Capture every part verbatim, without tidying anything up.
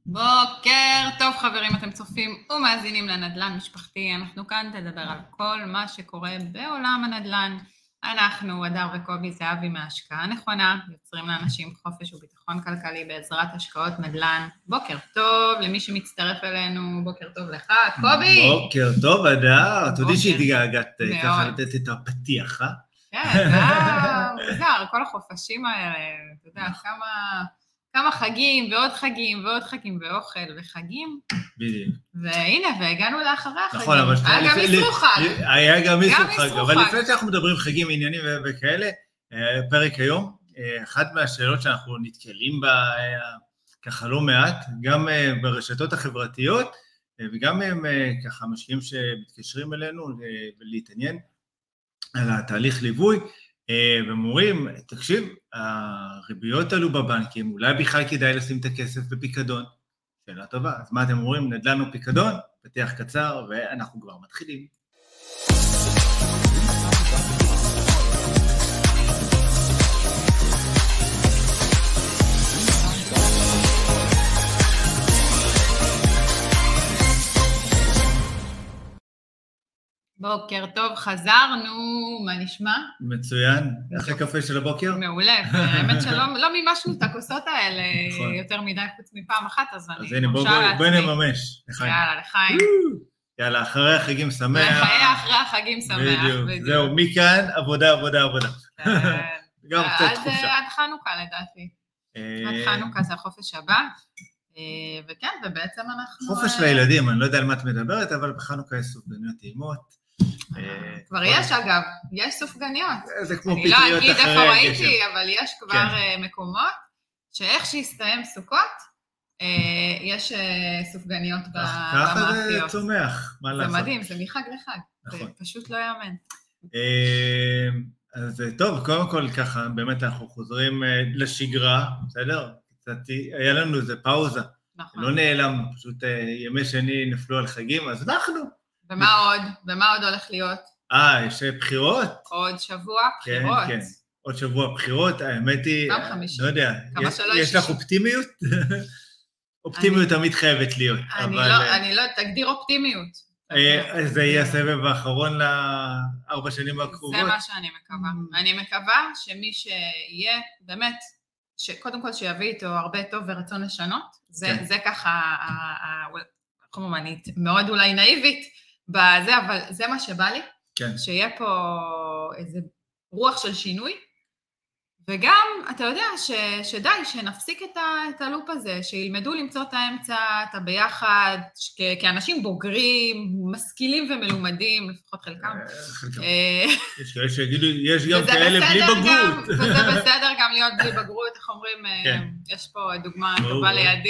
בוקר טוב חברים, אתם צופים ומאזינים לנדל"ן משפחתי. אנחנו כאן תדבר על כל מה שקורה בעולם הנדל"ן. אנחנו, הדר וקובי זהבי מהשקעה נכונה, יוצרים לאנשים חופש וביטחון כלכלי בעזרת השקעות נדל"ן. בוקר טוב למי שמצטרף אלינו, בוקר טוב לך, קובי. בוקר טוב, הדר. תודי שהתגעגעת ככה מאוד. לתת את הפתיח, אה? כן, זה היה מוזר, כל החופשים האלה, אתה יודע, כמה... כמה חגים ועוד חגים ועוד חגים ואוכל וחגים. בדיוק. והנה, והגענו לאחרי החגים. נכון, אבל... היה גם איסרו חג. היה גם איסרו חג, אבל לפני שאנחנו מדברים חגים, עניינים וכאלה, פרק היום, אחת מהשאלות שאנחנו נתקלים בה ככה לא מעט, גם ברשתות החברתיות, וגם הם ככה משקיעים שמתקשרים אלינו ולהתעניין על התהליך ליווי, ומורים, תקשיב, הריביות עלו בבנקים, אולי בכלל כדאי לשים את הכסף בפיקדון. שאלה טובה. אז מה אתם אומרים? נדל"ן או פיקדון? פתיח קצר, ואנחנו כבר מתחילים. בוקר טוב, חזרנו, מה נשמע? מצוין, אחרי קפה של הבוקר? מעולה, האמת שלא לא מימשנו את הכוסות האלה יותר מדי חוץ מפעם אחת, אז אני מרשה לעצמי. אז הנה, בואי נממש. יאללה, לחיים. יאללה, אחרי החגים שמח. לחיי אחרי החגים שמח. בדיוק, זהו, מכאן עבודה, עבודה, עבודה. גם קצת חופשה. עד חנוכה לדעתי. עד חנוכה זה החופש הבא. וכן, ובעצם אנחנו... חופש לילדים, אני לא יודע על מה את מדברת, אבל בחנוכה יש סופגניות טעימות. כבר יש אגב, יש סופגניות. זה כמו פטריות אחרי... אני לא אגיד איפה ראיתי, אבל יש כבר מקומות שאיך שיסתיים סוכות, יש סופגניות במאפיות. ככה זה צומח, מה לעשות? זה מדהים, זה מחג לחג, זה פשוט לא יאמן. אז טוב, קודם כל ככה, באמת אנחנו חוזרים לשגרה, בסדר? היה לנו איזה פאוזה, לא נעלם, פשוט ימי שני נפלו על חגים, אז אנחנו... ומה עוד? ומה עוד הולך להיות? אה, יש בחירות? עוד שבוע בחירות. כן, כן, עוד שבוע בחירות, האמת היא, לא יודע, יש לך אופטימיות? אופטימיות תמיד חייבת להיות. אני לא, תגדיר אופטימיות. זה יהיה הסבב האחרון לארבע שנים הקרובות? זה מה שאני מקווה. אני מקווה שמי שיהיה, באמת, שקודם כל שיביא איתו הרבה טוב ורצון לשנות, זה ככה, כמובנית, מאוד אולי נאיבית בזה, אבל זה מה שבא לי, שיהיה פה איזה רוח של שינוי, וגם, אתה יודע, שדי, שנפסיק את הלופ הזה, שילמדו למצוא את האמצע, את הביחד, כאנשים בוגרים, משכילים ומלומדים, לפחות חלקם. חלקם. יש כאלה שיגידו, יש גם כאלה בלי בגרות. וזה בסדר גם להיות בלי בגרות, איך אומרים, יש פה דוגמה טובה לידי.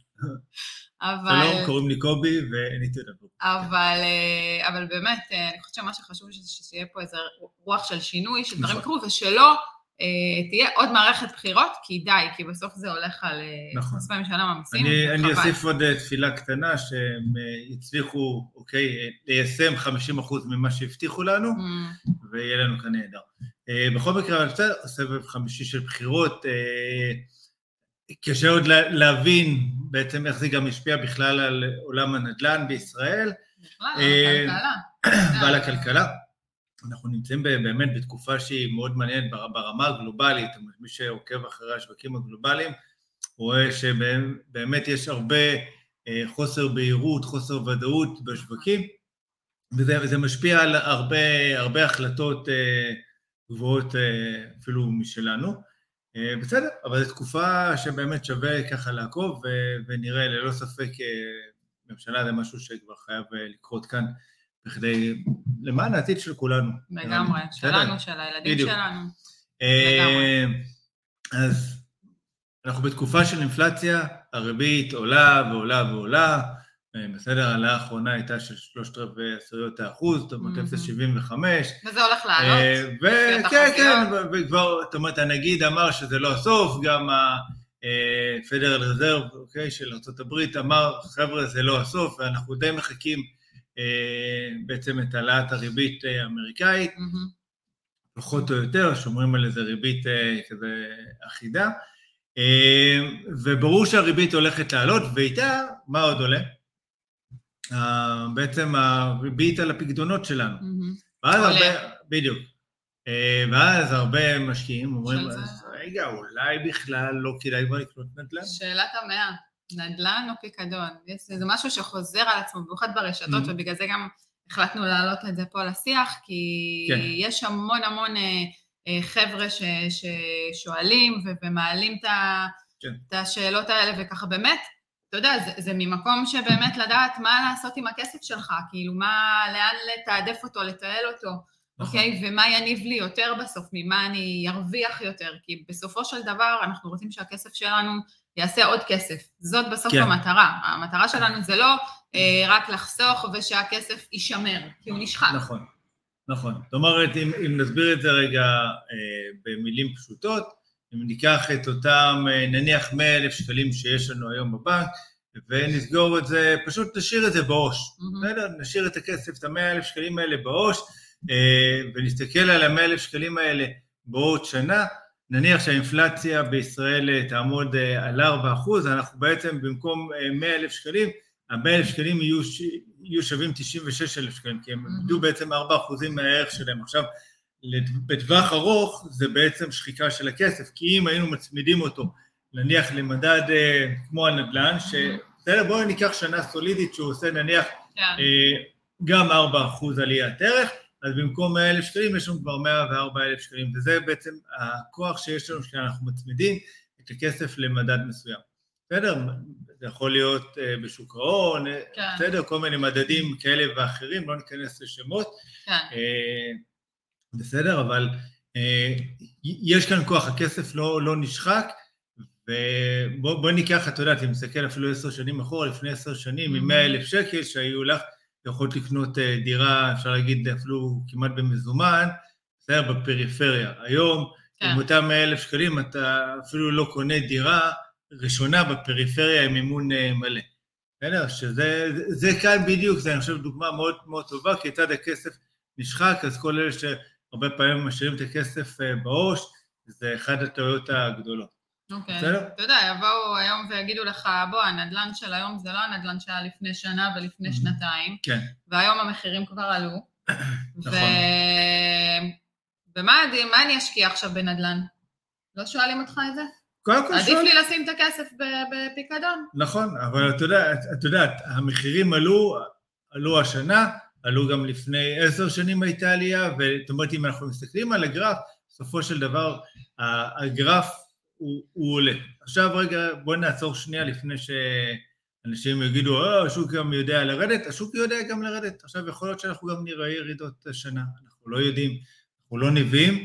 שלום, קוראים לי קובי, ואני תדבר. אבל, אבל באמת, אני חושבת שמה שחשוב שיהיה פה איזה רוח של שינוי, שדברים יקרו, ושלא תהיה עוד מערכת בחירות, כי די, כי בסוף זה הולך על כספי ממשלה ממסים. אני אוסיף עוד תפילה קטנה, שהם יצליחו, אוקיי, ליישם חמישים אחוז ממה שהבטיחו לנו, ויהיה לנו כאן נהדר. בכל מקרה, סבב חמישי של בחירות, קשה עוד להבין בעצם איך זה גם משפיע בכלל על עולם הנדל"ן בישראל. בכלל, על הכלכלה. ועל הכלכלה. אנחנו נמצאים באמת בתקופה שהיא מאוד מעניינת ברמה הגלובלית, מי שעוקב אחרי השווקים הגלובליים, רואה שבאמת יש הרבה חוסר בהירות, חוסר ודאות בשווקים, וזה משפיע על הרבה, הרבה החלטות גבוהות אפילו משלנו. בסדר, אבל זו תקופה שבאמת שווה ככה לעקוב, ונראה ללא ספק ממשלה זה משהו שכבר חייב לקרות כאן, בכדי, למען העתיד של כולנו. לגמרי, שלנו, של הילדים שלנו. לגמרי. אז אנחנו בתקופה של אינפלציה, הריבית עולה ועולה ועולה, בסדר, העלאה האחרונה הייתה של שלושת רבעי עשיריות האחוז, זאת אומרת, אפס נקודה שבעים וחמש. וזה הולך לעלות. וכן, כן, וכבר, זאת אומרת, הנגיד אמר שזה לא הסוף, גם הפדרל רזרב, אוקיי, של ארצות הברית, אמר, חבר'ה, זה לא הסוף, ואנחנו די מחכים בעצם את העלאת הריבית האמריקאית, פחות או יותר, שומרים על איזה ריבית כזה אחידה, וברור שהריבית הולכת לעלות, ואיתה, מה עוד עולה? בעצם הריבית על הפקדונות שלנו. ואז הרבה, בדיוק. ואז הרבה משקיעים אומרים, רגע, אולי בכלל לא כדאי כבר לקנות נדל"ן? שאלת המאה, נדל"ן או פיקדון? זה משהו שחוזר על עצמו, במיוחד ברשתות, ובגלל זה גם החלטנו להעלות את זה פה לשיח, כי יש המון המון חבר'ה ששואלים ומעלים את השאלות האלה, וככה באמת, אתה יודע, זה ממקום שבאמת לדעת מה לעשות עם הכסף שלך, כאילו מה, לאן לתעדף אותו, לתעל אותו, אוקיי? ומה יניב לי יותר בסוף, ממה אני ארוויח יותר, כי בסופו של דבר אנחנו רוצים שהכסף שלנו יעשה עוד כסף. זאת בסוף המטרה. המטרה שלנו זה לא רק לחסוך ושהכסף יישמר, כי הוא נשחק. נכון, נכון. זאת אומרת, אם נסביר את זה רגע במילים פשוטות, אם ניקח את אותם, נניח מאה אלף שקלים שיש לנו היום בבנק, ונסגור את זה, פשוט נשאיר את זה בעו"ש. נשאיר את הכסף, את המאה אלף שקלים האלה בעו"ש, ונסתכל על המאה אלף שקלים האלה בעוד שנה, נניח שהאינפלציה בישראל תעמוד על ארבעה אחוז, אנחנו בעצם במקום מאה אלף שקלים, המאה אלף שקלים יהיו, יהיו שווים תשעים ושש אלף שקלים, כי הם עמדו בעצם ארבעה אחוזים מהערך שלהם. עכשיו, בטווח ארוך זה בעצם שחיקה של הכסף, כי אם היינו מצמידים אותו, נניח למדד כמו הנדל"ן, שבסדר, בואו ניקח שנה סולידית שהוא עושה נניח גם ארבעה אחוז עליית ערך, אז במקום מאה אלף שקלים יש לנו כבר מאה וארבעה אלף שקלים, וזה בעצם הכוח שיש לנו כשאנחנו מצמידים את הכסף למדד מסוים. בסדר? זה יכול להיות בשוק ההון, בסדר? כל מיני מדדים כאלה ואחרים, לא ניכנס לשמות. בסדר, אבל יש כאן כוח, הכסף לא, לא נשחק, ובוא ניקח, אתה יודעת, אם נסתכל אפילו עשר שנים אחורה, לפני עשר שנים, עם מאה אלף שקל שהיו לך, יכולת לקנות דירה, אפשר להגיד אפילו כמעט במזומן, בסדר, בפריפריה. היום, עם אותם מאה אלף שקלים, אתה אפילו לא קונה דירה ראשונה בפריפריה עם מימון מלא. בסדר, שזה זה כאן בדיוק, זה אני חושב דוגמה מאוד מאוד טובה, כי יצד הכסף נשחק, אז כל אלה שהרבה פעמים משאירים את הכסף בעו"ש, זה אחד הטעויות הגדולות. אוקיי, אתה יודע, יבואו היום ויגידו לך, בוא, הנדל"ן של היום זה לא הנדל"ן שהיה לפני שנה ולפני שנתיים, כן. והיום המחירים כבר עלו, נכון. ומה אני אשקיע עכשיו בנדל"ן? לא שואלים אותך את זה? קודם כל עדיף לי לשים את הכסף בפיקדון. נכון, אבל אתה יודע, אתה יודע, המחירים עלו, עלו השנה, עלו גם לפני עשר שנים הייתה עלייה, זאת אומרת, אם אנחנו מסתכלים על הגרף, בסופו של דבר, הגרף הוא, הוא עולה. עכשיו רגע, בואו נעצור שנייה לפני שאנשים יגידו, אה, השוק גם יודע לרדת, השוק יודע גם לרדת. עכשיו יכול להיות שאנחנו גם נראה ירידות השנה, אנחנו לא יודעים, אנחנו לא נביאים.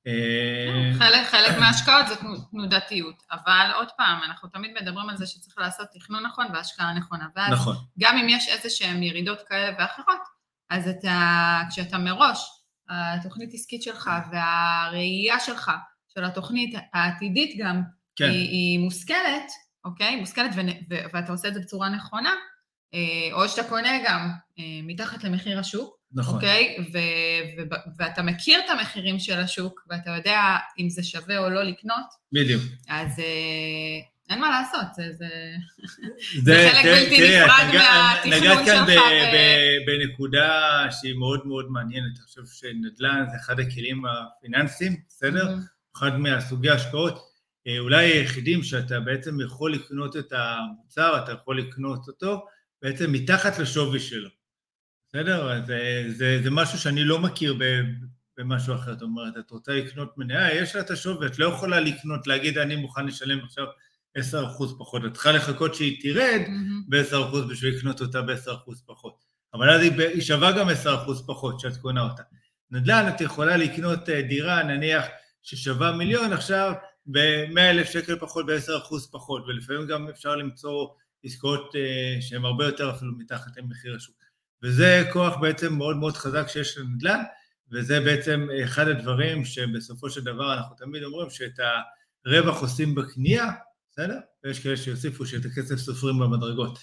חלק, חלק מההשקעות זה תנודתיות, אבל עוד פעם, אנחנו תמיד מדברים על זה שצריך לעשות תכנון נכון והשקעה נכונה, ואז נכון. גם אם יש איזה שהן ירידות כאלה ואחרות, אז אתה, כשאתה מראש, התוכנית עסקית שלך והראייה שלך, של התוכנית העתידית גם, כן. היא, היא מושכלת, אוקיי? מושכלת, ו, ו, ואתה עושה את זה בצורה נכונה, או שאתה קונה גם מתחת למחיר השוק, נכון. אוקיי? ו, ו, ו, ואתה מכיר את המחירים של השוק, ואתה יודע אם זה שווה או לא לקנות. בדיוק. אז אין מה לעשות, זה, זה, זה חלק בלתי נפרד מהתכנון שלך. נגעת כאן ב, ו... ב, בנקודה שהיא מאוד מאוד מעניינת. אני חושב שנדל"ן זה אחד הכלים הפיננסיים, בסדר? Mm-hmm. אחד מהסוגי ההשקעות, אולי היחידים שאתה בעצם יכול לקנות את המוצר, אתה יכול לקנות אותו, בעצם מתחת לשווי שלו. בסדר? זה, זה, זה משהו שאני לא מכיר במשהו אחר. זאת אומרת, את רוצה לקנות מניה, יש לה את השווי, את לא יכולה לקנות, להגיד, אני מוכן לשלם עכשיו עשרה אחוז פחות. את צריכה לחכות שהיא תירד ב-עשרה אחוז בשביל לקנות אותה ב-עשרה אחוז פחות. אבל אז היא שווה גם עשרה אחוז פחות שאת קונה אותה. נדל"ן, את יכולה לקנות דירה, נניח, ששווה מיליון עכשיו ב-מאה אלף שקל פחות, ב-עשרה אחוז פחות, ולפעמים גם אפשר למצוא עסקאות uh, שהן הרבה יותר אפילו מתחת למחיר השוק. וזה כוח בעצם מאוד מאוד חזק שיש לנדל"ן, וזה בעצם אחד הדברים שבסופו של דבר אנחנו תמיד אומרים שאת הרווח עושים בקנייה, בסדר? ויש כאלה שיוסיפו שאת הכסף סופרים במדרגות.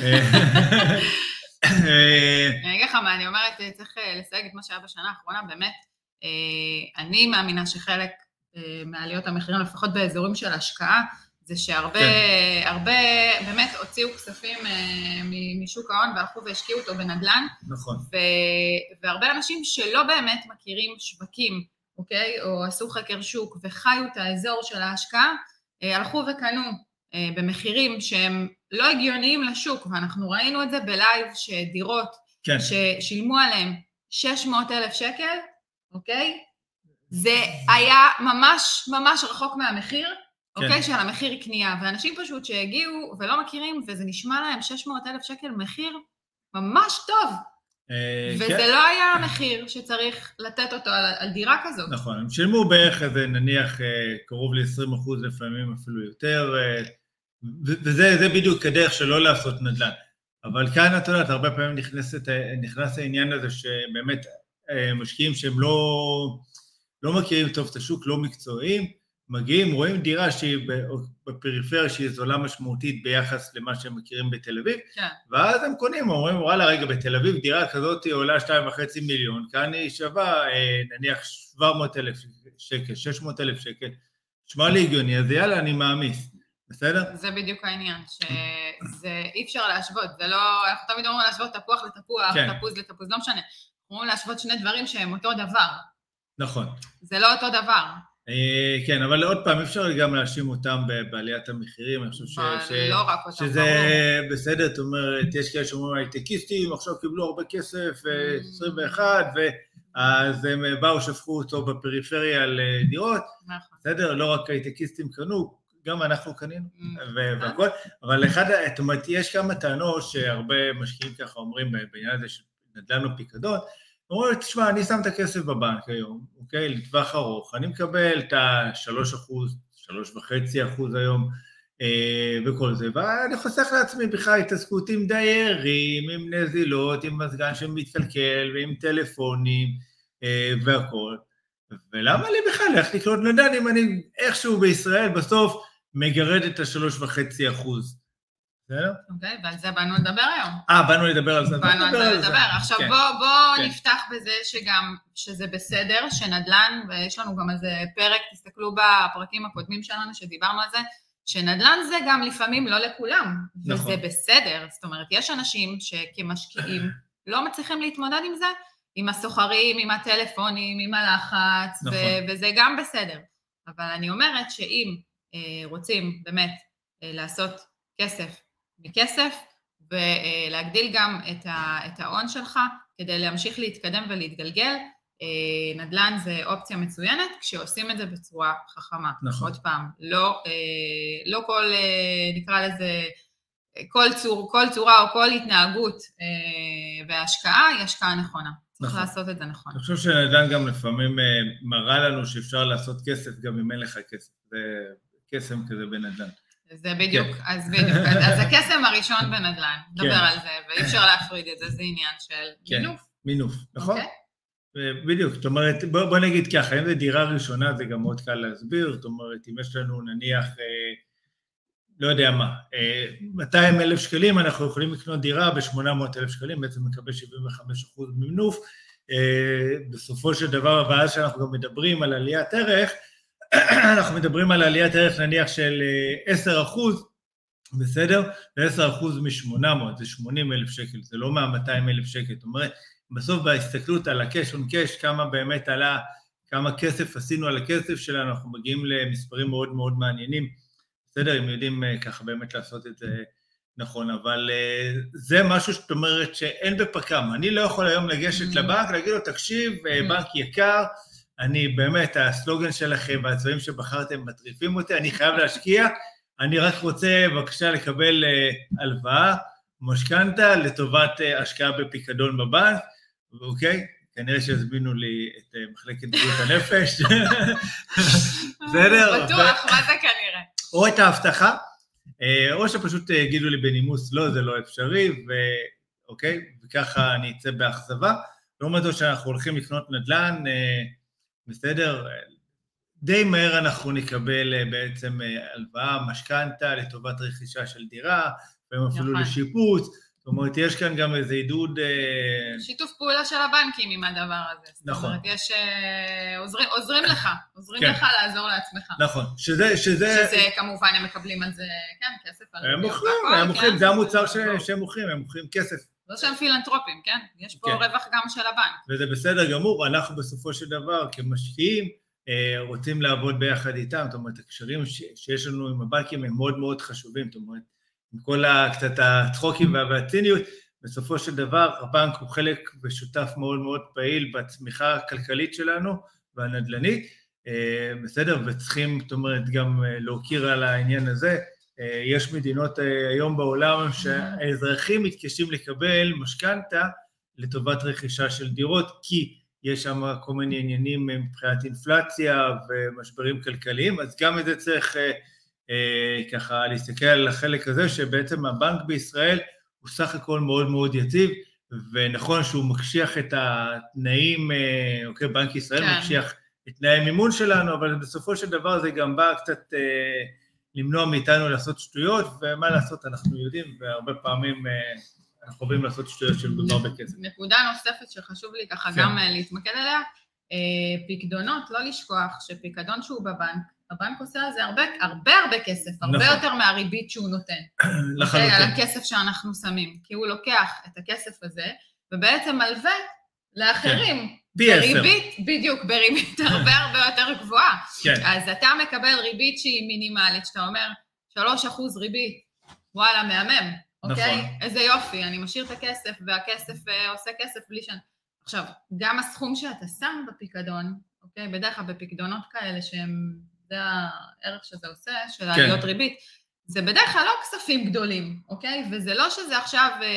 אני אגיד לך מה, אני אומרת, צריך לסייג את מה שהיה בשנה האחרונה, באמת, אני מאמינה שחלק מעליות המחירים, לפחות באזורים של השקעה, זה שהרבה, כן. הרבה באמת הוציאו כספים משוק ההון והלכו והשקיעו אותו בנדל"ן. נכון. ו, והרבה אנשים שלא באמת מכירים שווקים, אוקיי? או עשו חקר שוק וחיו את האזור של ההשקעה, הלכו וקנו במחירים שהם לא הגיוניים לשוק, ואנחנו ראינו את זה בלייב שדירות כן. ששילמו עליהם שש מאות אלף שקל, אוקיי? זה היה ממש ממש רחוק מהמחיר, כן. אוקיי? של המחיר קנייה, ואנשים פשוט שהגיעו ולא מכירים, וזה נשמע להם שש מאות אלף שקל מחיר ממש טוב. וזה כן. לא היה המחיר שצריך לתת אותו על, על דירה כזאת. נכון, הם שילמו בערך איזה נניח קרוב ל-עשרים אחוז לפעמים אפילו יותר, וזה זה בדיוק הדרך שלא לעשות נדל"ן. אבל כאן את יודעת, הרבה פעמים נכנס, את, נכנס העניין הזה שבאמת משקיעים שהם לא, לא מכירים טוב את השוק, לא מקצועיים, מגיעים, רואים דירה שהיא בפריפריה, שהיא זולה משמעותית ביחס למה שהם מכירים בתל אביב, כן. ואז הם קונים, אומרים, וואלה, רגע, בתל אביב דירה כזאת עולה שתיים וחצי מיליון, כאן היא שווה, נניח שבע מאות אלף שקל, שש מאות אלף שקל, שמע לי הגיוני, אז יאללה, אני מאמיס, בסדר? זה בדיוק העניין, שזה אי אפשר להשוות, זה לא, אנחנו תמיד אומרים להשוות תפוח לתפוח, כן. תפוז לתפוז, לא משנה, אנחנו אומרים להשוות שני דברים שהם אותו דבר. נכון. זה לא אותו דבר. כן, אבל עוד פעם, אפשר גם להאשים אותם בעליית המחירים, אני חושב שזה בסדר, זאת אומרת, יש כאלה שאומרים, הייטקיסטים עכשיו קיבלו הרבה כסף, עשרים ואחת, ואז הם באו, שפכו אותו בפריפריה על דירות, בסדר, לא רק הייטקיסטים קנו, גם אנחנו קנינו, והכל, אבל אחד, זאת אומרת, יש כמה טענות שהרבה משקיעים ככה אומרים בעניין הזה של נדל"ן או פיקדון, אומרים, תשמע, אני שם את הכסף בבנק היום, אוקיי, לטווח ארוך, אני מקבל את ה-שלוש אחוז, שלוש וחצי אחוז היום, אה, וכל זה, ואני חוסך לעצמי בכלל התעסקות עם דיירים, עם נזילות, עם מזגן שמתקלקל, ועם טלפונים, אה, והכל. ולמה לי בכלל איך לקנות נדל"ן אם אני איכשהו בישראל בסוף מגרד את ה-שלוש וחצי אחוז? אוקיי, ועל זה באנו לדבר היום. אה, באנו לדבר על זה. באנו לדבר על זה. עכשיו בואו נפתח בזה שגם, שזה בסדר, שנדל"ן, ויש לנו גם איזה פרק, תסתכלו בפרקים הקודמים שלנו שדיברנו על זה, שנדל"ן זה גם לפעמים לא לכולם, וזה בסדר. זאת אומרת, יש אנשים שכמשקיעים לא מצליחים להתמודד עם זה, עם הסוחרים, עם הטלפונים, עם הלחץ, וזה גם בסדר. אבל אני אומרת שאם רוצים באמת לעשות כסף, מכסף, ולהגדיל גם את ההון שלך, כדי להמשיך להתקדם ולהתגלגל, נדל"ן זה אופציה מצוינת, כשעושים את זה בצורה חכמה. נכון. עוד פעם, לא, לא כל, נקרא לזה, כל, צור, כל צורה או כל התנהגות והשקעה היא השקעה נכונה. צריך נכון. לעשות את זה נכון. אני חושב שנדל"ן גם לפעמים מראה לנו שאפשר לעשות כסף גם אם אין לך כסף. זה קסם כזה בנדל"ן. זה בדיוק, כן. אז בדיוק, אז הקסם הראשון בנדל"ן, נדבר כן. על זה, ואי אפשר להפריד את זה, זה עניין של כן. מינוף. מינוף, נכון? Okay. בדיוק, זאת אומרת, בוא, בוא נגיד ככה, אם זה דירה ראשונה, זה גם מאוד קל להסביר, זאת אומרת, אם יש לנו נניח, אה, לא יודע מה, אה, מאתיים אלף שקלים, אנחנו יכולים לקנות דירה ב-שמונה מאות אלף שקלים, בעצם מקבל שבעים וחמישה אחוז מינוף, אה, בסופו של דבר, ואז שאנחנו גם מדברים על עליית ערך, אנחנו מדברים על עליית ערך נניח של עשרה אחוז, בסדר? ו-עשרה אחוז מ-שמונה מאות, זה שמונים אלף שקל, זה לא מה-מאתיים אלף שקל. זאת אומרת, בסוף בהסתכלות על הקש און קש, כמה באמת עלה, כמה כסף עשינו על הכסף שלנו, אנחנו מגיעים למספרים מאוד מאוד מעניינים, בסדר? אם יודעים ככה באמת לעשות את זה נכון, אבל זה משהו שאת אומרת שאין בפקם. אני לא יכול היום לגשת לבנק, להגיד לו, תקשיב, בנק יקר, אני באמת, הסלוגן שלכם והצבעים שבחרתם מטריפים אותי, אני חייב להשקיע, אני רק רוצה בבקשה לקבל uh, הלוואה, משכנתה לטובת uh, השקעה בפיקדון בבנק, אוקיי? כנראה שהזמינו לי את uh, מחלקת בריאות הנפש. בסדר? בטוח, מה זה כנראה? או את ההבטחה, uh, או שפשוט uh, הגידו לי בנימוס, לא, זה לא אפשרי, ואוקיי? וככה אני אצא באכזבה. לא מדוע שאנחנו הולכים לקנות נדל"ן, uh, בסדר? די מהר אנחנו נקבל בעצם הלוואה, משכנתה לטובת רכישה של דירה, והם אפילו לשיפוץ, זאת זאת אומרת, יש כאן גם איזה עידוד... שיתוף פעולה של הבנקים עם הדבר הזה. נכון. זאת אומרת, יש... עוזרים, עוזרים לך, עוזרים כן. לך לעזור לעצמך. נכון. שזה... שזה... שזה כמובן, הם מקבלים על זה, כן, כסף. הם מוכרים, הם מוכרים, זה המוצר שהם מוכרים, הם מוכרים כסף. לא שהם פילנטרופים, כן? יש פה כן. רווח גם של הבנק. וזה בסדר גמור, אנחנו בסופו של דבר, כמשקיעים, רוצים לעבוד ביחד איתם, זאת אומרת, הקשרים שיש לנו עם הבנקים הם מאוד מאוד חשובים, זאת אומרת, עם כל קצת הצחוקים והציניות, בסופו של דבר הבנק הוא חלק ושותף מאוד מאוד פעיל בצמיחה הכלכלית שלנו והנדלנית, בסדר, וצריכים, זאת אומרת, גם להוקיר על העניין הזה, יש מדינות היום בעולם שהאזרחים מתקשים לקבל משכנתה לטובת רכישה של דירות, כי יש שם כל מיני עניינים מבחינת אינפלציה ומשברים כלכליים, אז גם את זה צריך אה, אה, ככה להסתכל על החלק הזה, שבעצם הבנק בישראל הוא סך הכל מאוד מאוד יציב, ונכון שהוא מקשיח את התנאים, אה, אוקיי, בנק ישראל כן. מקשיח את תנאי המימון שלנו, אבל בסופו של דבר זה גם בא קצת אה, למנוע מאיתנו לעשות שטויות, ומה לעשות אנחנו יודעים, והרבה פעמים... אה, אנחנו חייבים לעשות שטויות של מדובר בכסף. נקודה נוספת שחשוב לי ככה גם להתמקד עליה, פיקדונות, לא לשכוח שפיקדון שהוא בבנק, הבנק עושה על זה הרבה הרבה הרבה כסף, הרבה יותר מהריבית שהוא נותן. לחלוטין. על הכסף שאנחנו שמים, כי הוא לוקח את הכסף הזה, ובעצם מלווה לאחרים. בריבית, בדיוק, בריבית הרבה הרבה יותר גבוהה. אז אתה מקבל ריבית שהיא מינימלית, שאתה אומר, שלושה אחוז ריבית, וואלה, מהמם. אוקיי? נכון. איזה יופי, אני משאיר את הכסף, והכסף עושה כסף בלי שאני... עכשיו, גם הסכום שאתה שם בפיקדון, אוקיי? בדרך כלל בפיקדונות כאלה שהם, זה הערך שזה עושה, של העליות כן. ריבית, זה בדרך כלל לא כספים גדולים, אוקיי? וזה לא שזה עכשיו, אה,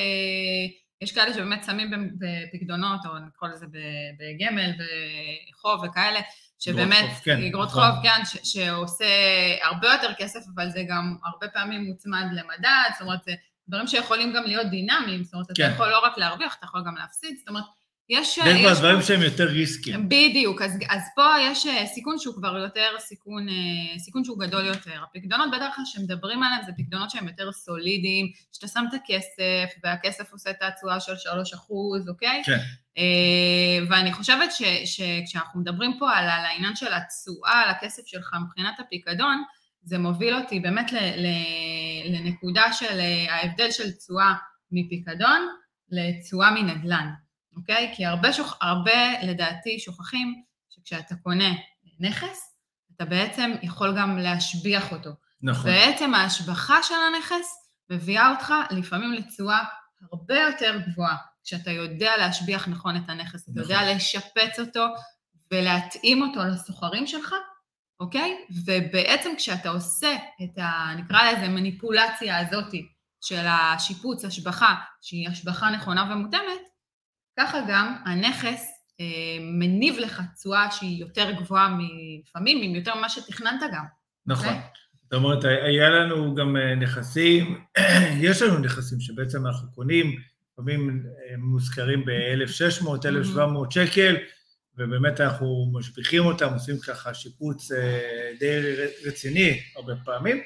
יש כאלה שבאמת שמים בפיקדונות, או נקרא לזה בגמל וחוב וכאלה, שבאמת, אגרות חוב, כן, ש- שעושה הרבה יותר כסף, אבל זה גם הרבה פעמים מוצמד למדד, זאת אומרת, זה דברים שיכולים גם להיות דינמיים, זאת אומרת, כן. אתה יכול לא רק להרוויח, אתה יכול גם להפסיד, זאת אומרת, יש... זה כבר דברים שהם יותר ריסקים. בדיוק, אז, אז פה יש סיכון שהוא כבר יותר, סיכון, סיכון שהוא גדול יותר. הפקדונות בדרך כלל שמדברים עליהם, זה פקדונות שהם יותר סולידיים, שאתה שם את הכסף, והכסף עושה את התשואה של שלושה אחוז, אוקיי? כן. ואני חושבת ש, שכשאנחנו מדברים פה על העניין של התשואה, על הכסף שלך מבחינת הפקדון, זה מוביל אותי באמת לנקודה של ההבדל של תשואה מפיקדון לתשואה מנדל"ן, אוקיי? כי הרבה, שוכ... הרבה לדעתי שוכחים שכשאתה קונה נכס, אתה בעצם יכול גם להשביח אותו. נכון. בעצם ההשבחה של הנכס מביאה אותך לפעמים לתשואה הרבה יותר גבוהה, כשאתה יודע להשביח נכון את הנכס, אתה יודע לשפץ אותו ולהתאים אותו לסוחרים שלך, אוקיי? ובעצם כשאתה עושה את ה... נקרא לזה מניפולציה הזאת של השיפוץ, השבחה, שהיא השבחה נכונה ומותאמת, ככה גם הנכס אה, מניב לך תשואה שהיא יותר גבוהה מלפעמים, עם יותר ממה שתכננת גם. נכון. Okay? זאת אומרת, היה לנו גם נכסים, יש לנו נכסים שבעצם אנחנו קונים, לפעמים מוזכרים ב-אלף ושש מאות, אלף ושבע מאות שקל, ובאמת אנחנו משביחים אותם, עושים ככה שיפוץ די רציני הרבה פעמים,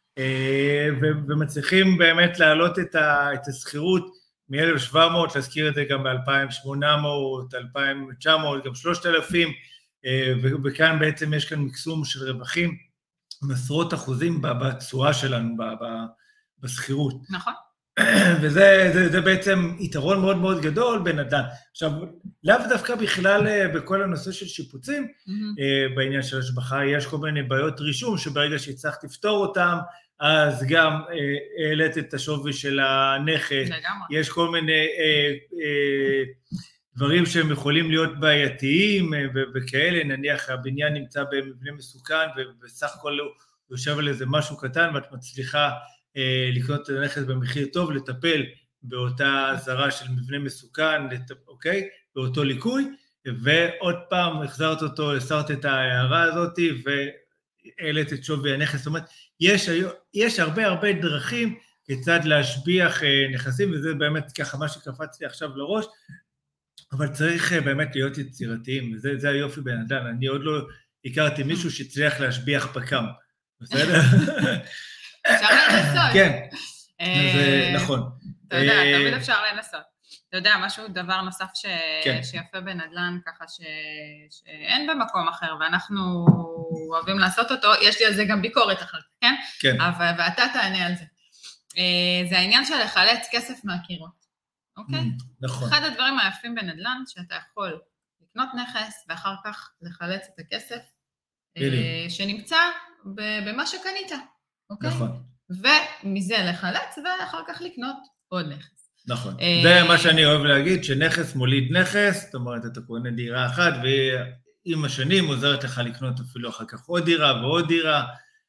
ומצליחים באמת להעלות את הסחירות מ-אלף ושבע מאות, להזכיר את זה גם ב-אלפיים ושמונה מאות, אלפיים ותשע מאות, גם שלושת אלפים, וכאן בעצם יש כאן מקסום של רווחים, עשרות אחוזים בצורה שלנו, בסחירות. נכון. וזה זה, זה בעצם יתרון מאוד מאוד גדול בנדל"ן. עכשיו, לאו דווקא בכלל בכל הנושא של שיפוצים, mm-hmm. בעניין של השבחה, יש כל מיני בעיות רישום, שברגע שצריך לפתור אותם, אז גם העלית את השווי של הנכס, יש כל מיני אה, אה, דברים שהם יכולים להיות בעייתיים, וכאלה, נניח הבניין נמצא במבנה מסוכן, ובסך הכל הוא יושב על איזה משהו קטן, ואת מצליחה לקנות את הנכס במחיר טוב, לטפל באותה זרה של מבנה מסוכן, אוקיי? באותו ליקוי, ועוד פעם החזרת אותו, הסרת את ההערה הזאת, והעלית את שווי הנכס. זאת אומרת, יש, יש הרבה הרבה דרכים כיצד להשביח נכסים, וזה באמת ככה מה שקפצתי עכשיו לראש, אבל צריך באמת להיות יצירתיים, וזה זה היופי בנדל"ן. אני עוד לא הכרתי מישהו שצריך להשביח פקם, בסדר? אפשר לעשות. כן, זה נכון. אתה יודע, תמיד אפשר לנסות. אתה יודע, משהו, דבר נוסף ש... כן. שיפה בנדל"ן, ככה ש... שאין במקום אחר, ואנחנו אוהבים לעשות אותו, יש לי על זה גם ביקורת אחרת, כן? כן. אבל, ואתה תענה על זה. זה העניין של לחלץ כסף מהקירות, אוקיי? נכון. אחד הדברים היפים בנדל"ן, שאתה יכול לקנות נכס, ואחר כך לחלץ את הכסף, שנמצא במה שקנית, אוקיי? נכון. ומזה לחלץ, ואחר כך לקנות עוד נכס. נכון. זה מה שאני אוהב להגיד, שנכס מוליד נכס, זאת אומרת, אתה קונה דירה אחת, ועם השנים עוזרת לך לקנות אפילו אחר כך עוד דירה ועוד דירה,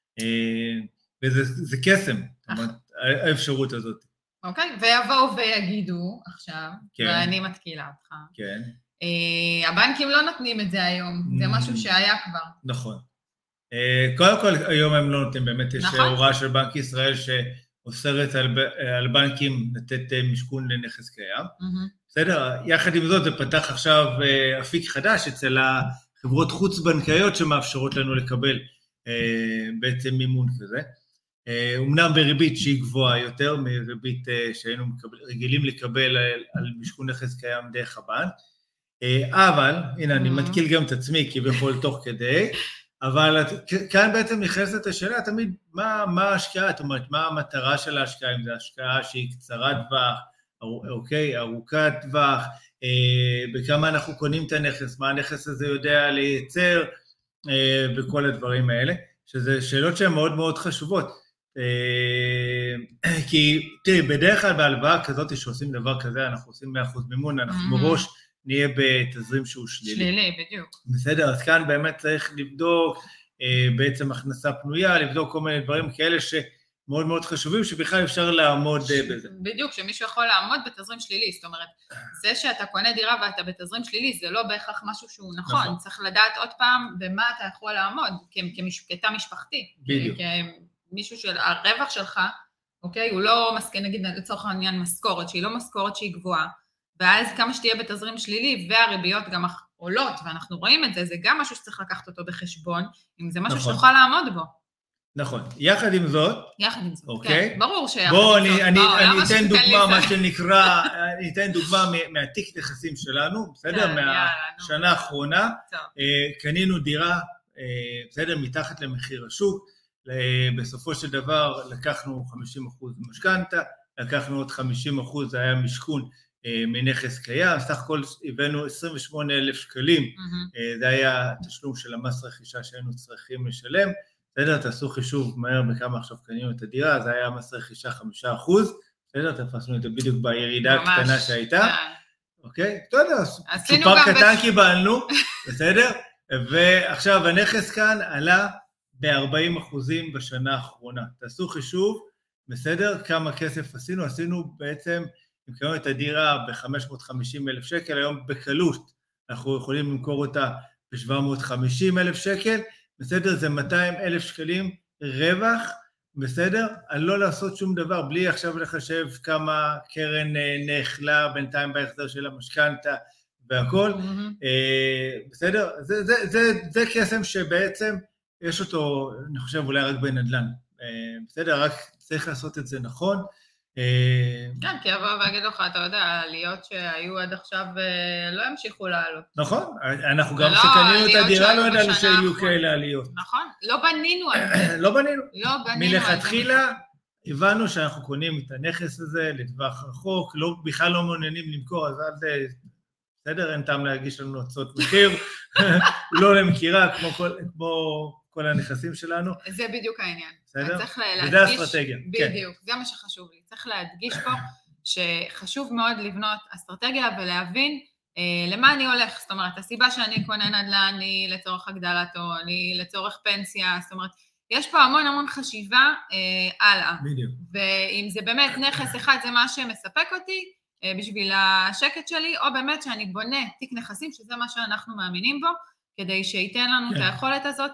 וזה קסם, זאת אומרת, האפשרות הזאת. אוקיי, ויבואו ויגידו עכשיו, ואני מתקילה אותך. כן. הבנקים לא נותנים את זה היום, זה משהו שהיה כבר. נכון. קודם כל, היום הם לא נותנים, באמת יש הוראה של בנק ישראל שאוסרת על בנקים לתת משכון לנכס קיים. בסדר? יחד עם זאת, זה פתח עכשיו אפיק חדש אצל החברות חוץ-בנקאיות שמאפשרות לנו לקבל בעצם מימון כזה. אמנם בריבית שהיא גבוהה יותר מריבית שהיינו רגילים לקבל על משכון נכס קיים דרך הבנק. אבל, הנה, אני מתקיל גם את עצמי כביכול תוך כדי, אבל כאן בעצם נכנסת השאלה תמיד, מה, מה ההשקעה, זאת אומרת, מה המטרה של ההשקעה, אם זו השקעה שהיא קצרת טווח, אוקיי, ארוכת טווח, אה, בכמה אנחנו קונים את הנכס, מה הנכס הזה יודע לייצר, אה, וכל הדברים האלה, שזה שאלות שהן מאוד מאוד חשובות, אה, כי תראי, בדרך כלל בהלוואה כזאת שעושים דבר כזה, אנחנו עושים מאה אחוז מימון, אנחנו מראש, נהיה בתזרים שהוא שלילי. שלילי, בדיוק. בסדר, אז כאן באמת צריך לבדוק אה, בעצם הכנסה פנויה, לבדוק כל מיני דברים כאלה שמאוד מאוד חשובים, שבכלל אפשר לעמוד ש... בזה. בדיוק, שמישהו יכול לעמוד בתזרים שלילי, זאת אומרת, זה שאתה קונה דירה ואתה בתזרים שלילי, זה לא בהכרח משהו שהוא נכון, נכון. צריך לדעת עוד פעם במה אתה יכול לעמוד, כתא משפחתי. בדיוק. כמישהו של הרווח שלך, אוקיי, הוא לא מסכן, נגיד לצורך העניין משכורת, שהיא לא משכורת שהיא גבוהה, ואז כמה שתהיה בתזרים שלילי, והריביות גם עולות, ואנחנו רואים את זה, זה גם משהו שצריך לקחת אותו בחשבון, אם זה משהו שתוכל לעמוד בו. נכון. יחד עם זאת, יחד עם זאת, אוקיי? כן, ברור שיחד בוא, עם זאת. אני, בוא, אני, אני אתן דוגמה, מה שנקרא, אני אתן דוגמה מהתיק נכסים שלנו, בסדר? מהשנה האחרונה, קנינו דירה, בסדר? מתחת למחיר השוק, בסופו של דבר לקחנו חמישים אחוז משכנתא, לקחנו עוד חמישים אחוז, זה היה משכון, מנכס קיים, סך הכל הבאנו עשרים ושמונה אלף שקלים, mm-hmm. זה היה תשלום של המס רכישה שהיינו צריכים לשלם, בסדר, תעשו חישוב מהר בכמה עכשיו קנינו את הדירה, זה היה מס רכישה חמישה אחוז, בסדר, תפסנו את זה בדיוק בירידה ממש, הקטנה שהייתה, yeah. אוקיי, אתה יודע, צ'ופר קטן בש... קיבלנו, בסדר, ועכשיו הנכס כאן עלה ב-ארבעים אחוזים בשנה האחרונה, תעשו חישוב, בסדר, כמה כסף עשינו, עשינו בעצם, אם קראנו את הדירה ב-חמש מאות וחמישים אלף שקל, היום בקלות אנחנו יכולים למכור אותה ב-שבע מאות וחמישים אלף שקל, בסדר? זה מאתיים אלף שקלים רווח, בסדר? על לא לעשות שום דבר, בלי עכשיו לחשב כמה קרן נאכלה בינתיים בהחזר של המשכנתא והכל, mm-hmm. בסדר? זה, זה, זה, זה קסם שבעצם יש אותו, אני חושב, אולי רק בנדל"ן, בסדר? רק צריך לעשות את זה נכון, כן, כי אבוא ואגיד לך, אתה יודע, העליות שהיו עד עכשיו לא המשיכו לעלות. נכון, אנחנו גם שקנינו את הדירה, לא ידענו שיהיו כאלה עליות. נכון, לא בנינו על זה. לא בנינו. לא בנינו על זה. מלכתחילה הבנו שאנחנו קונים את הנכס הזה לטווח רחוק, בכלל לא מעוניינים למכור, אז עד בסדר, אין טעם להגיש לנו הצעות מחיר, לא למכירה, כמו כל הנכסים שלנו. זה בדיוק העניין. בסדר? וזה אסטרטגיה. בדיוק, זה מה שחשוב לי. צריך להדגיש פה שחשוב מאוד לבנות אסטרטגיה ולהבין למה אני הולך. זאת אומרת, הסיבה שאני קונה נדל"ן היא לצורך הגדלת הון, היא לצורך פנסיה, זאת אומרת, יש פה המון המון חשיבה הלאה. בדיוק. ואם זה באמת נכס אחד, זה מה שמספק אותי בשביל השקט שלי, או באמת שאני בונה תיק נכסים, שזה מה שאנחנו מאמינים בו, כדי שייתן לנו את היכולת הזאת,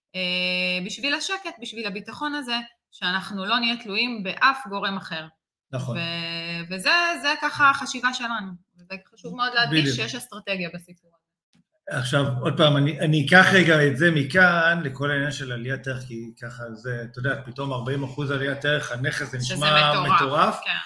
בשביל השקט, בשביל הביטחון הזה, שאנחנו לא נהיה תלויים באף גורם אחר. נכון. וזה זה ככה החשיבה שלנו. וזה חשוב מאוד להדגיש שיש אסטרטגיה בסיפור הזה. עכשיו, עוד פעם, אני, אני אקח רגע את זה מכאן, לכל העניין של עליית ערך, כי ככה זה, אתה יודע, פתאום ארבעים אחוז עליית ערך, הנכס זה נשמע מטורף. מטורף. כן.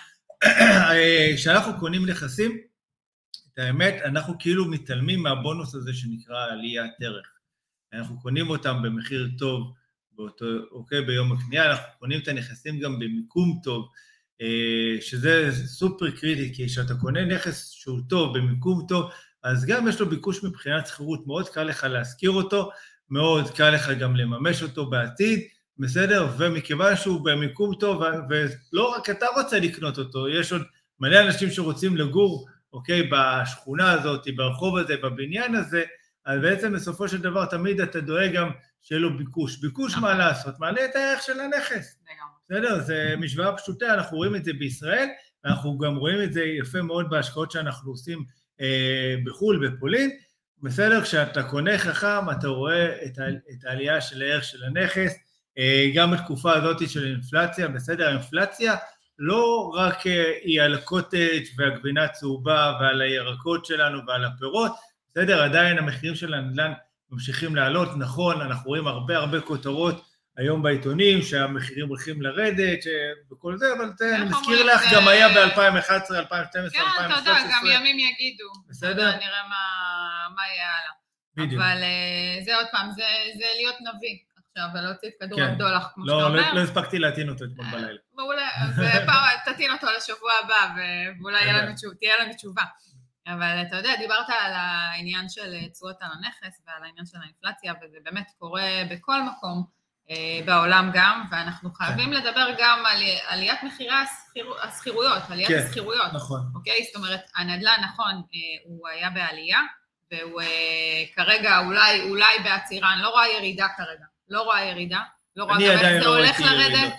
כשאנחנו קונים נכסים, את האמת, אנחנו כאילו מתעלמים מהבונוס הזה שנקרא עליית ערך. אנחנו קונים אותם במחיר טוב, באותו, אוקיי, ביום הקנייה, אנחנו קונים את הנכסים גם במיקום טוב, שזה סופר קריטי, כי כשאתה קונה נכס שהוא טוב, במיקום טוב, אז גם יש לו ביקוש מבחינת שכירות, מאוד קל לך להזכיר אותו, מאוד קל לך גם לממש אותו בעתיד, בסדר? ומכיוון שהוא במיקום טוב, ולא רק אתה רוצה לקנות אותו, יש עוד מלא אנשים שרוצים לגור, אוקיי, בשכונה הזאת, ברחוב הזה, בבניין הזה, אז בעצם בסופו של דבר תמיד אתה דואג גם שיהיה לו ביקוש. ביקוש מה לעשות? מעלה את הערך של הנכס. בסדר? זה משוואה פשוטה, אנחנו רואים את זה בישראל, ואנחנו גם רואים את זה יפה מאוד בהשקעות שאנחנו עושים אה, בחול, בפולין. בסדר? כשאתה קונה חכם, אתה רואה את, ה, את העלייה של הערך של הנכס, אה, גם בתקופה הזאת של אינפלציה, בסדר? האינפלציה לא רק אה, היא על הקוטג' והגבינה צהובה ועל הירקות שלנו ועל הפירות, בסדר? עדיין המחירים של הנדל"ן ממשיכים לעלות, נכון, אנחנו רואים הרבה הרבה כותרות היום בעיתונים, שהמחירים הולכים לרדת, וכל זה, אבל אני מזכיר לך, גם היה ב-אלפיים ואחת עשרה, אלפיים ושתים עשרה, אלפיים ושלוש עשרה. כן, אתה יודע, גם ימים יגידו. בסדר? נראה מה יהיה הלאה. בדיוק. אבל זה עוד פעם, זה להיות נביא עכשיו, ולהוציא את כדור הבדולח, כמו שאתה אומר. לא הספקתי להטעין אותו אתמול בלילה. מעולה, אז פעם תטעין אותו לשבוע הבא, ואולי תהיה לנו תשובה. אבל אתה יודע, דיברת על העניין של תשואות על הנכס ועל העניין של האינפלציה, וזה באמת קורה בכל מקום בעולם גם, ואנחנו חייבים לדבר גם על עליית מחירי הסחירויות, עליית הסחירויות. נכון. אוקיי? זאת אומרת, הנדל"ן, נכון, הוא היה בעלייה, והוא כרגע אולי, אולי בעצירה, אני לא רואה ירידה כרגע, לא רואה ירידה, לא רואה כרגע, זה הולך לרדת.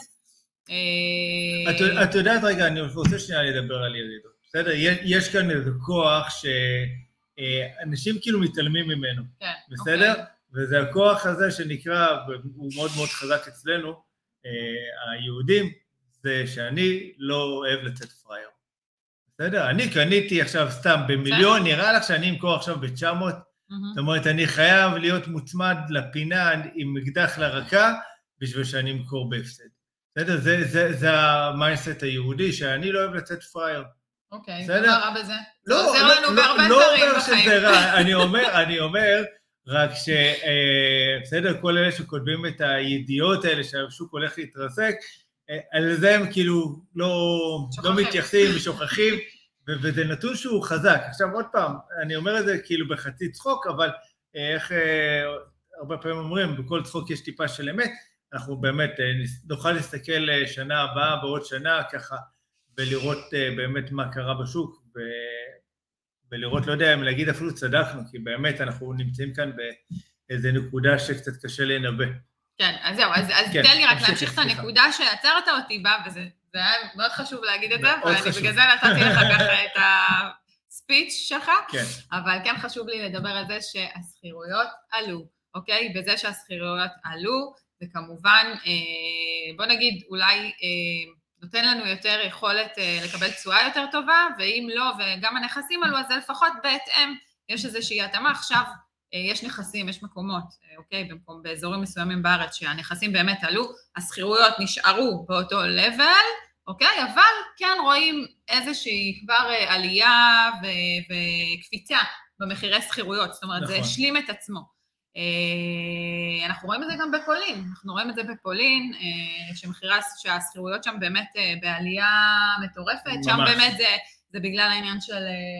את יודעת רגע, אני רוצה שנייה לדבר על ירידות. בסדר, יש כאן איזה כוח שאנשים כאילו מתעלמים ממנו, כן, בסדר? אוקיי. וזה הכוח הזה שנקרא, הוא מאוד מאוד חזק אצלנו, היהודים, זה שאני לא אוהב לצאת פרייר. בסדר? אני קניתי עכשיו סתם במיליון, נראה לך שאני אמכור עכשיו ב-תשע מאות, זאת אומרת, אני חייב להיות מוצמד לפינה עם אקדח לרקה, בשביל שאני אמכור בהפסד. בסדר? זה המיינדסט היהודי, שאני לא אוהב לצאת פרייר. אוקיי, זה לא רע בזה. זה עוזר לנו בהרבה דברים בחיים. שזה רע, אני אומר, אני אומר, רק ש... בסדר, כל אלה שכותבים את הידיעות האלה שהשוק הולך להתרסק, על זה הם כאילו לא מתייחסים ושוכחים, וזה נתון שהוא חזק. עכשיו עוד פעם, אני אומר את זה כאילו בחצי צחוק, אבל איך הרבה פעמים אומרים, בכל צחוק יש טיפה של אמת, אנחנו באמת נוכל להסתכל שנה הבאה, בעוד שנה, ככה, ולראות באמת מה קרה בשוק, ו... ולראות, לא יודע, אם להגיד אפילו צדקנו, כי באמת אנחנו נמצאים כאן באיזו נקודה שקצת קשה להינבא. כן, אז זהו, אז, אז כן, תן לי רק להמשיך את הנקודה שעצרת אותי בה, וזה היה מאוד חשוב להגיד את זה, ואני בגלל זה נתתי לך ככה את הספיץ' שלך, כן. אבל כן חשוב לי לדבר על זה שהסחירויות עלו, אוקיי? בזה שהסחירויות עלו, זה כמובן, בוא נגיד, אולי נותן לנו יותר יכולת לקבל תשואה יותר טובה, ואם לא, וגם הנכסים עלו, אז זה לפחות בהתאם, יש איזושהי התאמה. עכשיו יש נכסים, יש מקומות, אוקיי, במקום, באזורים מסוימים בארץ, שהנכסים באמת עלו, הסחירויות נשארו באותו level, אוקיי, אבל כן רואים איזושהי כבר עלייה וקפיצה במחירי סחירויות, זאת אומרת, זה השלים את עצמו. אנחנו רואים את זה גם בפולין, אנחנו רואים את זה בפולין, שמחירה, שהסחירויות שם באמת בעלייה מטורפת, שם באמת זה, זה בגלל העניין של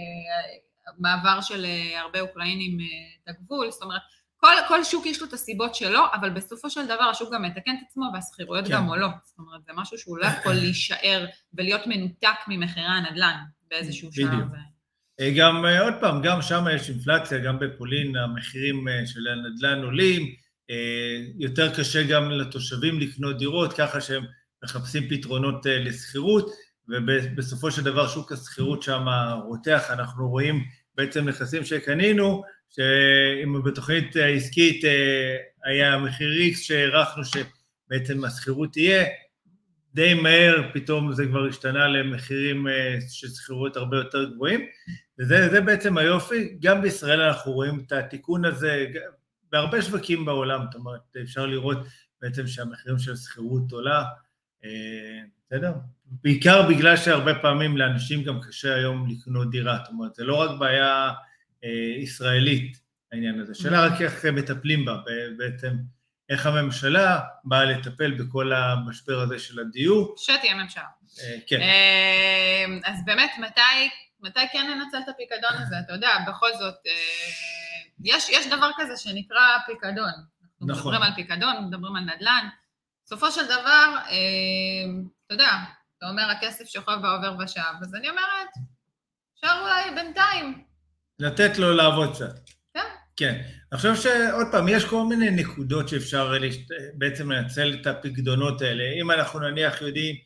מעבר של הרבה אוקראינים את הגבול, זאת אומרת, כל, כל שוק יש לו את הסיבות שלו, אבל בסופו של דבר השוק גם מתקן את עצמו, והסחירויות כן. גם עולות, זאת אומרת, זה משהו שהוא לא יכול להישאר ולהיות מנותק ממחירי הנדל"ן באיזשהו שלב. גם, עוד פעם, גם שם יש אינפלציה, גם בפולין המחירים של הנדל"ן עולים, יותר קשה גם לתושבים לקנות דירות, ככה שהם מחפשים פתרונות לסחירות, ובסופו של דבר שוק הסחירות שם רותח, אנחנו רואים בעצם נכסים שקנינו, שאם בתוכנית העסקית היה מחיר X שהערכנו שבעצם הסחירות תהיה, די מהר פתאום זה כבר השתנה למחירים של סחירות הרבה יותר גבוהים, וזה זה בעצם היופי, גם בישראל אנחנו רואים את התיקון הזה, בהרבה שווקים בעולם, זאת אומרת, אפשר לראות בעצם שהמחירים של סחירות עולה, בסדר? בעיקר בגלל שהרבה פעמים לאנשים גם קשה היום לקנות דירה, זאת אומרת, זה לא רק בעיה אה, ישראלית, העניין הזה, שאלה רק איך מטפלים בה, בעצם איך הממשלה באה לטפל בכל המשבר הזה של הדיור. שתהיה ממשלה. אה, כן. אה, אז באמת, מתי, מתי כן ננצל את הפיקדון הזה? אתה יודע, בכל זאת, אה, יש, יש דבר כזה שנקרא פיקדון. אנחנו נכון. מדברים על פיקדון, מדברים על נדל"ן. בסופו של דבר, אה, אתה יודע, אתה אומר, הכסף שוכב בעובר ושב, אז אני אומרת, אפשר אולי בינתיים. לתת לו לעבוד קצת. כן. כן. אני חושב שעוד פעם, יש כל מיני נקודות שאפשר בעצם לנצל את הפקדונות האלה. אם אנחנו נניח יודעים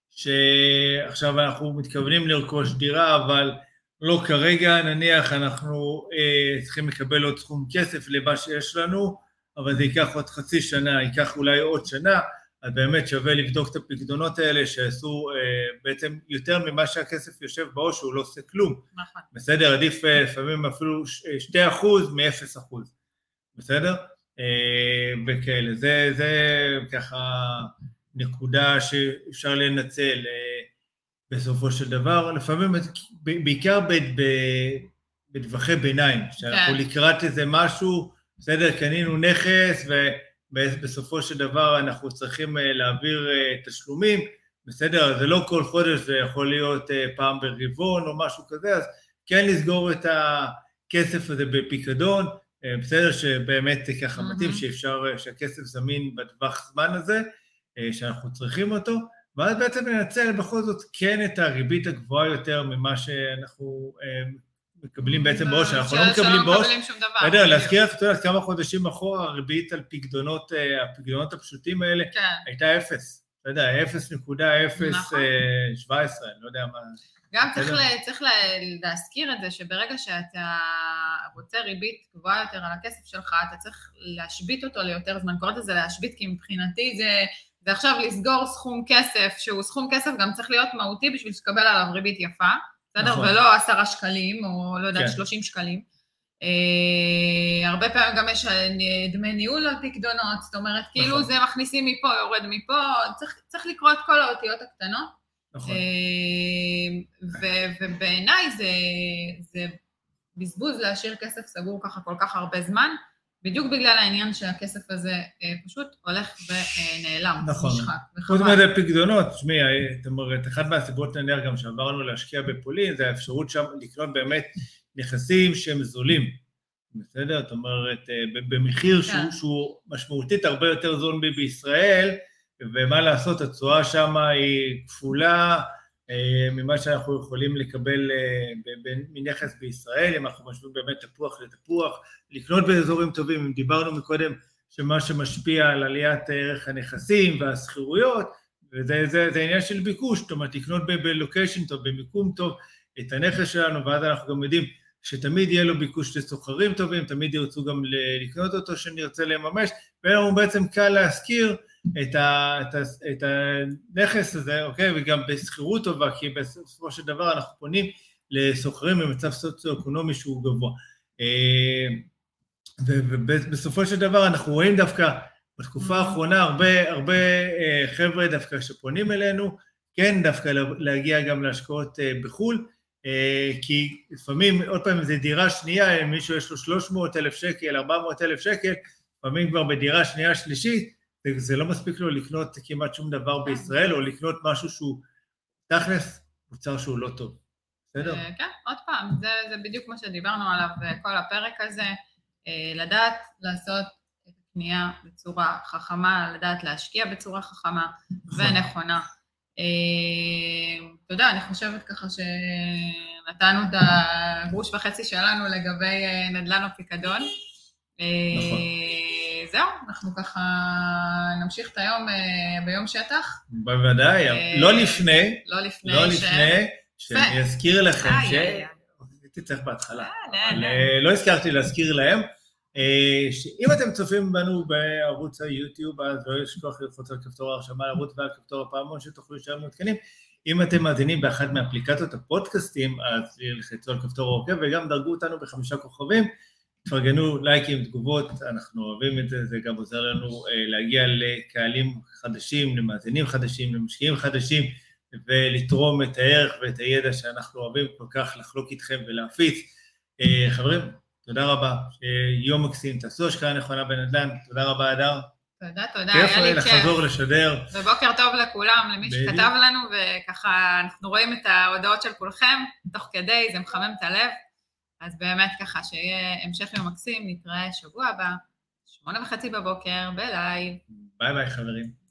שעכשיו אנחנו מתכוונים לרכוש דירה, אבל לא כרגע, נניח אנחנו אה, צריכים לקבל עוד סכום כסף למה שיש לנו, אבל זה ייקח עוד חצי שנה, ייקח אולי עוד שנה, אז באמת שווה לבדוק את הפקדונות האלה שעשו אה, בעצם יותר ממה שהכסף יושב בעו"ש, שהוא לא עושה כלום. נכון. בסדר, עדיף אה, לפעמים אפילו שתי אחוז מאפס אחוז. בסדר? אה, וכאלה, זה, זה ככה נקודה שאפשר לנצל אה, בסופו של דבר. לפעמים, בעיקר ב, ב, בדווחי ביניים, שאנחנו לקראת איזה משהו, בסדר, קנינו נכס ו... בסופו של דבר אנחנו צריכים להעביר תשלומים, בסדר, זה לא כל חודש, זה יכול להיות פעם ברבעון או משהו כזה, אז כן לסגור את הכסף הזה בפיקדון, בסדר, שבאמת ככה מתאים שאפשר, שהכסף זמין בטווח זמן הזה, שאנחנו צריכים אותו, ואז בעצם ננצל בכל זאת כן את הריבית הגבוהה יותר ממה שאנחנו מקבלים בעצם בעו"ש, אנחנו לא מקבלים בעו"ש, אתה יודע, להזכיר לך, אתה יודע, כמה חודשים אחורה, הריבית על פקדונות, הפקדונות הפשוטים האלה, הייתה אפס, אתה יודע, אפס נקודה אפס שבע עשרה, אני לא יודע מה. גם צריך להזכיר את זה, שברגע שאתה רוצה ריבית גבוהה יותר על הכסף שלך, אתה צריך להשבית אותו ליותר זמן, קוראת לזה להשבית, כי מבחינתי זה עכשיו לסגור סכום כסף, שהוא סכום כסף גם צריך להיות מהותי בשביל שתקבל עליו ריבית יפה, בסדר? נכון. ולא עשרה שקלים, או לא יודעת, כן. שלושים שקלים. אה, הרבה פעמים גם יש דמי ניהול על פקדונות, זאת אומרת, נכון. כאילו זה מכניסים מפה, יורד מפה, צריך, צריך לקרוא את כל האותיות הקטנות. נכון. אה, ו, ובעיניי זה, זה בזבוז להשאיר כסף סגור ככה כל כך הרבה זמן, בדיוק בגלל העניין שהכסף הזה אה, פשוט הולך ונעלם. נכון. חוץ מזה פקדונות, שמי, זאת אומרת, אחת מהסיבות נניח גם שעברנו להשקיע בפולין, זה האפשרות שם לקנות באמת נכסים שהם זולים. בסדר? זאת אומרת, במחיר כן. שהוא, שהוא משמעותית הרבה יותר זול בישראל, ומה לעשות, התשואה שם היא כפולה, ממה שאנחנו יכולים לקבל מנכס בישראל, אם אנחנו משווים באמת תפוח לתפוח, לקנות באזורים טובים, אם דיברנו מקודם שמה שמשפיע על עליית ערך הנכסים והסחירויות, וזה זה, זה עניין של ביקוש, זאת אומרת, לקנות בלוקיישן טוב, במיקום טוב, את הנכס שלנו, ואז אנחנו גם יודעים שתמיד יהיה לו ביקוש לסוחרים טובים, תמיד ירצו גם לקנות אותו שנרצה לממש, ואנחנו בעצם קל להזכיר, את, ה, את, ה, את הנכס הזה, אוקיי? וגם בסחירות טובה, כי בסופו של דבר אנחנו פונים לסוחרים במצב סוציו-אקונומי שהוא גבוה. ובסופו של דבר אנחנו רואים דווקא בתקופה האחרונה הרבה, הרבה חבר'ה דווקא שפונים אלינו, כן דווקא להגיע גם להשקעות בחול, כי לפעמים, עוד פעם, זה דירה שנייה, אם מישהו יש לו שלוש מאות אלף שקל, ארבע מאות אלף שקל, לפעמים כבר בדירה שנייה שלישית, זה לא מספיק לו לקנות כמעט שום דבר בישראל, או לקנות משהו שהוא תכלס, מוצר שהוא לא טוב. בסדר? כן, עוד פעם, זה, זה בדיוק מה שדיברנו עליו כל הפרק הזה, לדעת לעשות את הקנייה בצורה חכמה, לדעת להשקיע בצורה חכמה ונכונה. אתה יודע, אני חושבת ככה שנתנו את הגרוש וחצי שלנו לגבי נדל"ן או פיקדון. נכון. זהו, אנחנו ככה נמשיך את היום ביום שטח. בוודאי, לא לפני, לא לפני, לא לפני, שאני אזכיר לכם ש... הייתי צריך בהתחלה, לא הזכרתי להזכיר להם, שאם אתם צופים בנו בערוץ היוטיוב, אז לא לשכוח ללחוץ על כפתור ההרשמה לערוץ ועל כפתור הפעמון שתוכלו להישאר מעודכנים. אם אתם מאזינים באחת מאפליקציות הפודקאסטים, אז ללחצו על כפתור העוקב, וגם דרגו אותנו בחמישה כוכבים, תפרגנו לייקים, תגובות, אנחנו אוהבים את זה, זה גם עוזר לנו להגיע לקהלים חדשים, למאזינים חדשים, למשקיעים חדשים, ולתרום את הערך ואת הידע שאנחנו אוהבים כל כך לחלוק איתכם ולהפיץ. חברים, תודה רבה, יום מקסים, תעשו השקעה נכונה בנדל"ן, תודה רבה אדר. תודה, תודה, היה לי כיף. כיף לחזור לשדר. ובוקר טוב לכולם, למי שכתב לנו, וככה אנחנו רואים את ההודעות של כולכם, תוך כדי, זה מחמם את הלב, אז באמת ככה שיהיה המשך יום מקסים, נתראה שבוע הבא, שמונה וחצי בבוקר, בלייב. ביי ביי חברים.